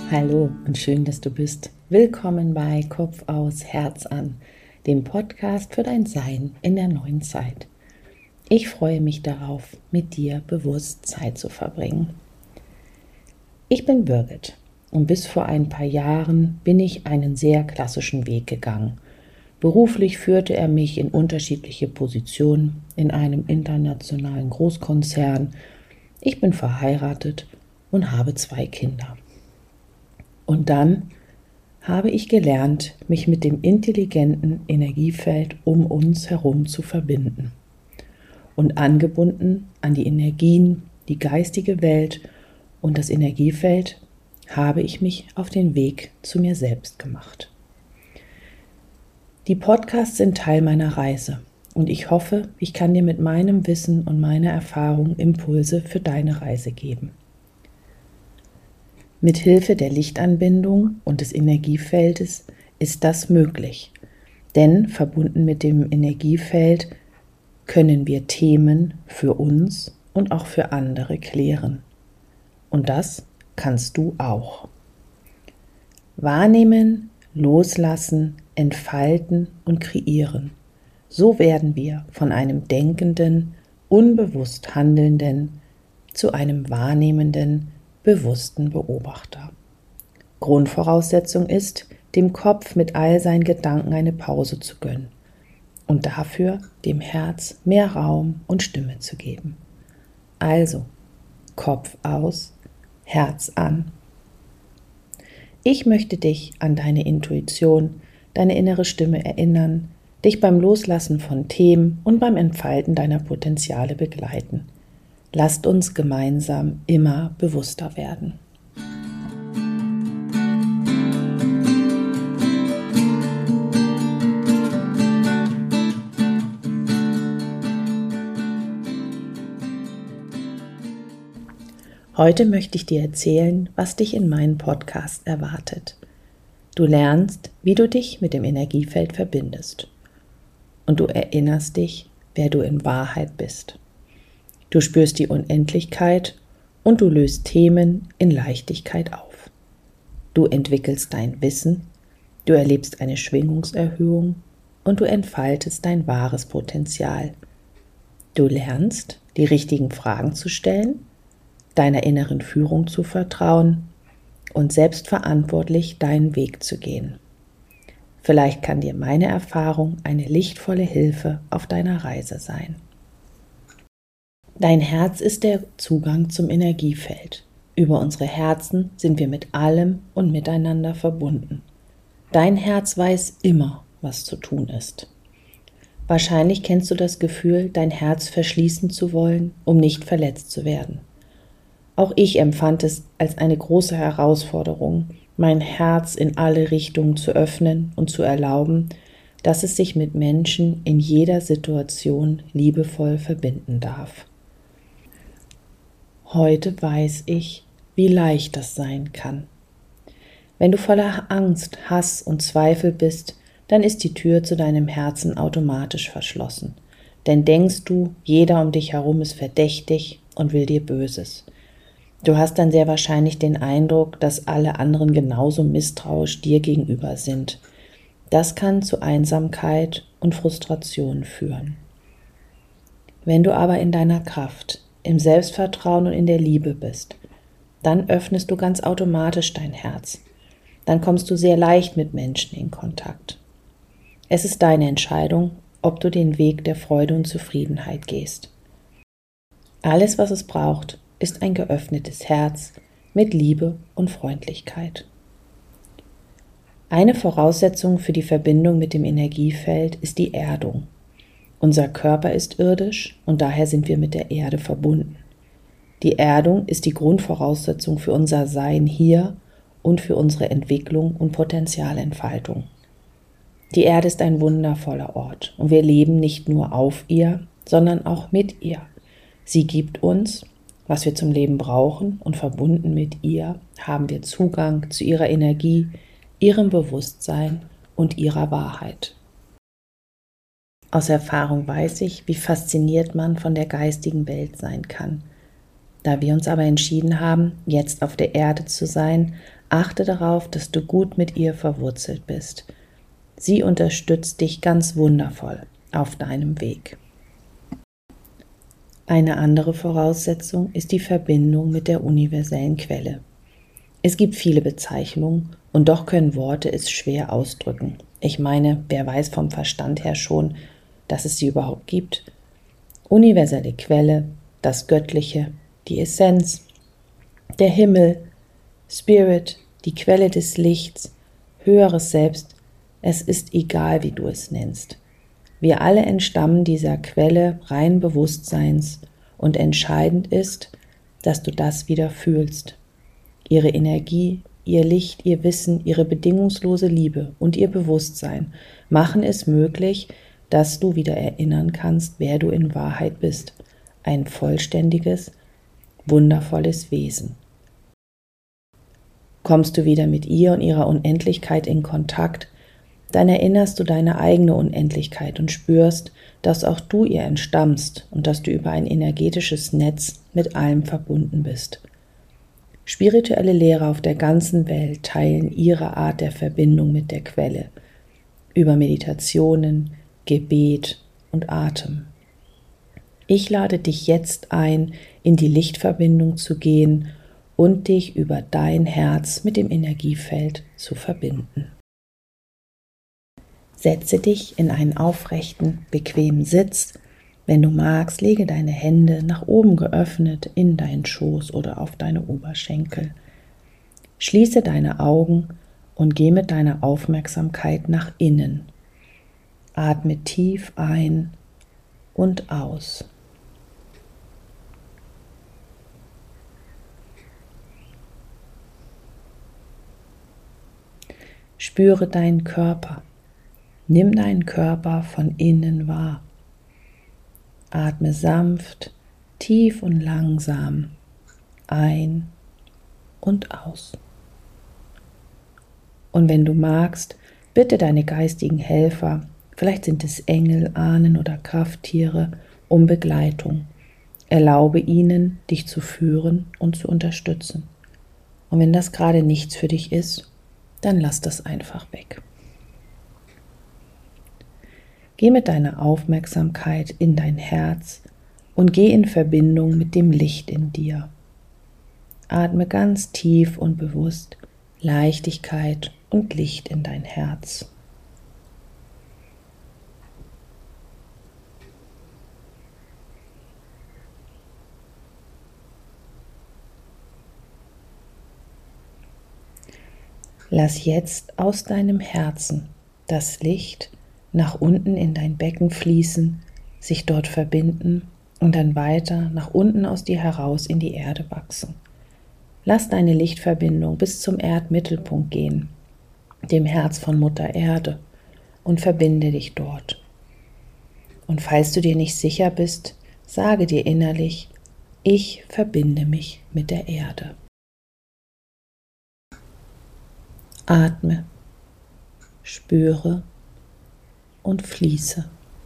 Hallo und schön, dass du bist. Willkommen bei Kopf aus, Herz an, dem Podcast für dein Sein in der neuen Zeit. Ich freue mich darauf, mit dir bewusst Zeit zu verbringen. Ich bin Birgit und bis vor ein paar Jahren bin ich einen sehr klassischen Weg gegangen. Beruflich führte er mich in unterschiedliche Positionen in einem internationalen Großkonzern. Ich bin verheiratet und habe 2 Kinder. Und dann habe ich gelernt, mich mit dem intelligenten Energiefeld um uns herum zu verbinden. Und angebunden an die Energien, die geistige Welt und das Energiefeld habe ich mich auf den Weg zu mir selbst gemacht. Die Podcasts sind Teil meiner Reise und ich hoffe, ich kann dir mit meinem Wissen und meiner Erfahrung Impulse für deine Reise geben. Mit Hilfe der Lichtanbindung und des Energiefeldes ist das möglich, denn verbunden mit dem Energiefeld können wir Themen für uns und auch für andere klären. Und das kannst du auch. Wahrnehmen, loslassen, entfalten und kreieren. So werden wir von einem denkenden, unbewusst handelnden zu einem wahrnehmenden, bewussten Beobachter. Grundvoraussetzung ist, dem Kopf mit all seinen Gedanken eine Pause zu gönnen und dafür dem Herz mehr Raum und Stimme zu geben. Also, Kopf aus, Herz an. Ich möchte dich an deine Intuition, deine innere Stimme erinnern, dich beim Loslassen von Themen und beim Entfalten deiner Potenziale begleiten. Lasst uns gemeinsam immer bewusster werden. Heute möchte ich dir erzählen, was dich in meinem Podcast erwartet. Du lernst, wie du dich mit dem Energiefeld verbindest. Und du erinnerst dich, wer du in Wahrheit bist. Du spürst die Unendlichkeit und du löst Themen in Leichtigkeit auf. Du entwickelst dein Wissen, du erlebst eine Schwingungserhöhung und du entfaltest dein wahres Potenzial. Du lernst, die richtigen Fragen zu stellen, deiner inneren Führung zu vertrauen und selbstverantwortlich deinen Weg zu gehen. Vielleicht kann dir meine Erfahrung eine lichtvolle Hilfe auf deiner Reise sein. Dein Herz ist der Zugang zum Energiefeld. Über unsere Herzen sind wir mit allem und miteinander verbunden. Dein Herz weiß immer, was zu tun ist. Wahrscheinlich kennst du das Gefühl, dein Herz verschließen zu wollen, um nicht verletzt zu werden. Auch ich empfand es als eine große Herausforderung, mein Herz in alle Richtungen zu öffnen und zu erlauben, dass es sich mit Menschen in jeder Situation liebevoll verbinden darf. Heute weiß ich, wie leicht das sein kann. Wenn du voller Angst, Hass und Zweifel bist, dann ist die Tür zu deinem Herzen automatisch verschlossen. Denn denkst du, jeder um dich herum ist verdächtig und will dir Böses. Du hast dann sehr wahrscheinlich den Eindruck, dass alle anderen genauso misstrauisch dir gegenüber sind. Das kann zu Einsamkeit und Frustration führen. Wenn du aber in deiner Kraft, im Selbstvertrauen und in der Liebe bist, dann öffnest du ganz automatisch dein Herz. Dann kommst du sehr leicht mit Menschen in Kontakt. Es ist deine Entscheidung, ob du den Weg der Freude und Zufriedenheit gehst. Alles, was es braucht, ist ein geöffnetes Herz mit Liebe und Freundlichkeit. Eine Voraussetzung für die Verbindung mit dem Energiefeld ist die Erdung. Unser Körper ist irdisch und daher sind wir mit der Erde verbunden. Die Erdung ist die Grundvoraussetzung für unser Sein hier und für unsere Entwicklung und Potenzialentfaltung. Die Erde ist ein wundervoller Ort und wir leben nicht nur auf ihr, sondern auch mit ihr. Sie gibt uns, was wir zum Leben brauchen, und verbunden mit ihr haben wir Zugang zu ihrer Energie, ihrem Bewusstsein und ihrer Wahrheit. Aus Erfahrung weiß ich, wie fasziniert man von der geistigen Welt sein kann. Da wir uns aber entschieden haben, jetzt auf der Erde zu sein, Achte darauf, dass du gut mit ihr verwurzelt bist. Sie unterstützt dich ganz wundervoll auf deinem Weg. Eine andere Voraussetzung ist die Verbindung mit der universellen Quelle. Es gibt viele Bezeichnungen und doch können Worte es schwer ausdrücken. Ich meine, wer weiß vom Verstand her schon, dass es sie überhaupt gibt? Universelle Quelle, das Göttliche, die Essenz, der Himmel, Spirit, die Quelle des Lichts, höheres Selbst, es ist egal, wie du es nennst. Wir alle entstammen dieser Quelle reinen Bewusstseins und entscheidend ist, dass du das wieder fühlst. Ihre Energie, ihr Licht, ihr Wissen, ihre bedingungslose Liebe und ihr Bewusstsein machen es möglich, dass du wieder erinnern kannst, wer du in Wahrheit bist. Ein vollständiges, wundervolles Wesen. Kommst du wieder mit ihr und ihrer Unendlichkeit in Kontakt, dann erinnerst du deine eigene Unendlichkeit und spürst, dass auch du ihr entstammst und dass du über ein energetisches Netz mit allem verbunden bist. Spirituelle Lehrer auf der ganzen Welt teilen ihre Art der Verbindung mit der Quelle über Meditationen, Gebet und Atem. Ich lade dich jetzt ein, in die Lichtverbindung zu gehen und dich über dein Herz mit dem Energiefeld zu verbinden. Setze dich in einen aufrechten, bequemen Sitz. Wenn du magst, lege deine Hände nach oben geöffnet in deinen Schoß oder auf deine Oberschenkel. Schließe deine Augen und geh mit deiner Aufmerksamkeit nach innen. Atme tief ein und aus. Spüre deinen Körper. Nimm deinen Körper von innen wahr. Atme sanft, tief und langsam ein und aus. Und wenn du magst, bitte deine geistigen Helfer, vielleicht sind es Engel, Ahnen oder Krafttiere, um Begleitung. Erlaube ihnen, dich zu führen und zu unterstützen. Und wenn das gerade nichts für dich ist, dann lass das einfach weg. Geh mit deiner Aufmerksamkeit in dein Herz und geh in Verbindung mit dem Licht in dir. Atme ganz tief und bewusst Leichtigkeit und Licht in dein Herz. Lass jetzt aus deinem Herzen das Licht nach unten in dein Becken fließen, sich dort verbinden und dann weiter nach unten aus dir heraus in die Erde wachsen. Lass deine Lichtverbindung bis zum Erdmittelpunkt gehen, dem Herz von Mutter Erde, und verbinde dich dort. Und falls du dir nicht sicher bist, sage dir innerlich: Ich verbinde mich mit der Erde. Atme, spüre und fließe.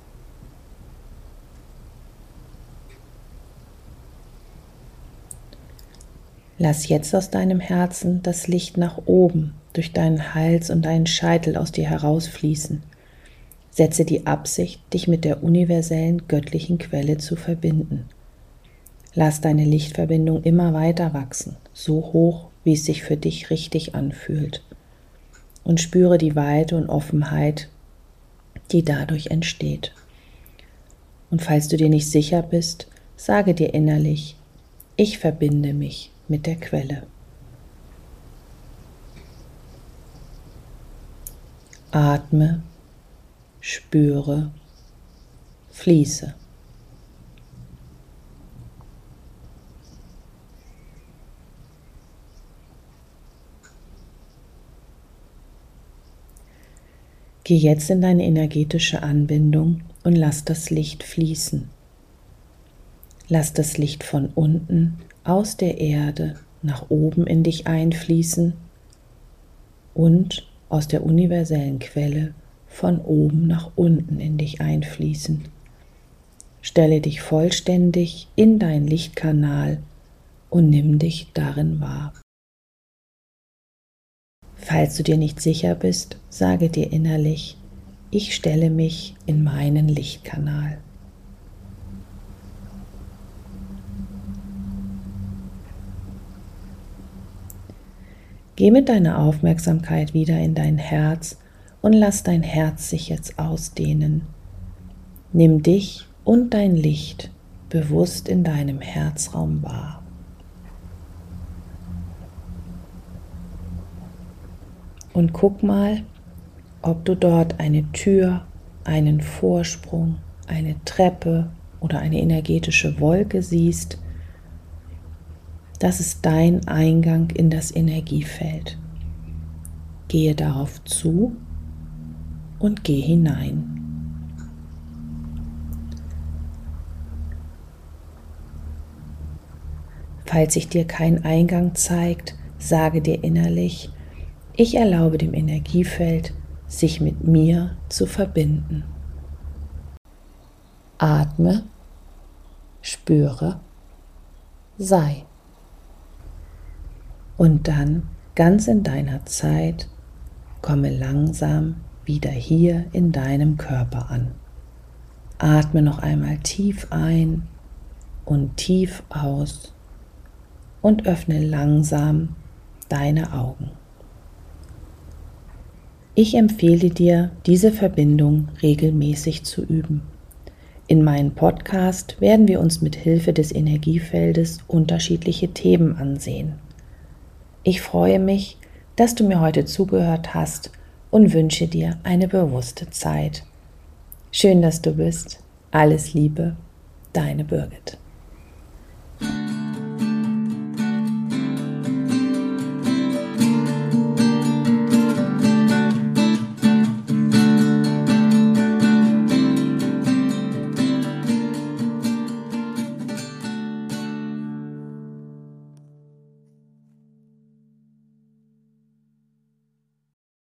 Lass jetzt aus deinem Herzen das Licht nach oben durch deinen Hals und deinen Scheitel aus dir herausfließen. Setze die Absicht, dich mit der universellen göttlichen Quelle zu verbinden. Lass deine Lichtverbindung immer weiter wachsen, so hoch, wie es sich für dich richtig anfühlt. Und spüre die Weite und Offenheit, die dadurch entsteht. Und falls du dir nicht sicher bist, sage dir innerlich: Ich verbinde mich mit der Quelle. Atme, spüre, fließe. Geh jetzt in deine energetische Anbindung und lass das Licht fließen. Lass das Licht von unten aus der Erde nach oben in dich einfließen und aus der universellen Quelle von oben nach unten in dich einfließen. Stelle dich vollständig in deinen Lichtkanal und nimm dich darin wahr. Falls du dir nicht sicher bist, sage dir innerlich: Ich stelle mich in meinen Lichtkanal. Geh mit deiner Aufmerksamkeit wieder in dein Herz und lass dein Herz sich jetzt ausdehnen. Nimm dich und dein Licht bewusst in deinem Herzraum wahr. Und guck mal, ob du dort eine Tür, einen Vorsprung, eine Treppe oder eine energetische Wolke siehst. Das ist dein Eingang in das Energiefeld. Gehe darauf zu und geh hinein. Falls sich dir kein Eingang zeigt, sage dir innerlich: Ich erlaube dem Energiefeld, sich mit mir zu verbinden. Atme, spüre, sei. Und dann, ganz in deiner Zeit, komme langsam wieder hier in deinem Körper an. Atme noch einmal tief ein und tief aus und öffne langsam deine Augen. Ich empfehle dir, diese Verbindung regelmäßig zu üben. In meinem Podcast werden wir uns mit Hilfe des Energiefeldes unterschiedliche Themen ansehen. Ich freue mich, dass du mir heute zugehört hast und wünsche dir eine bewusste Zeit. Schön, dass du bist. Alles Liebe, deine Birgit.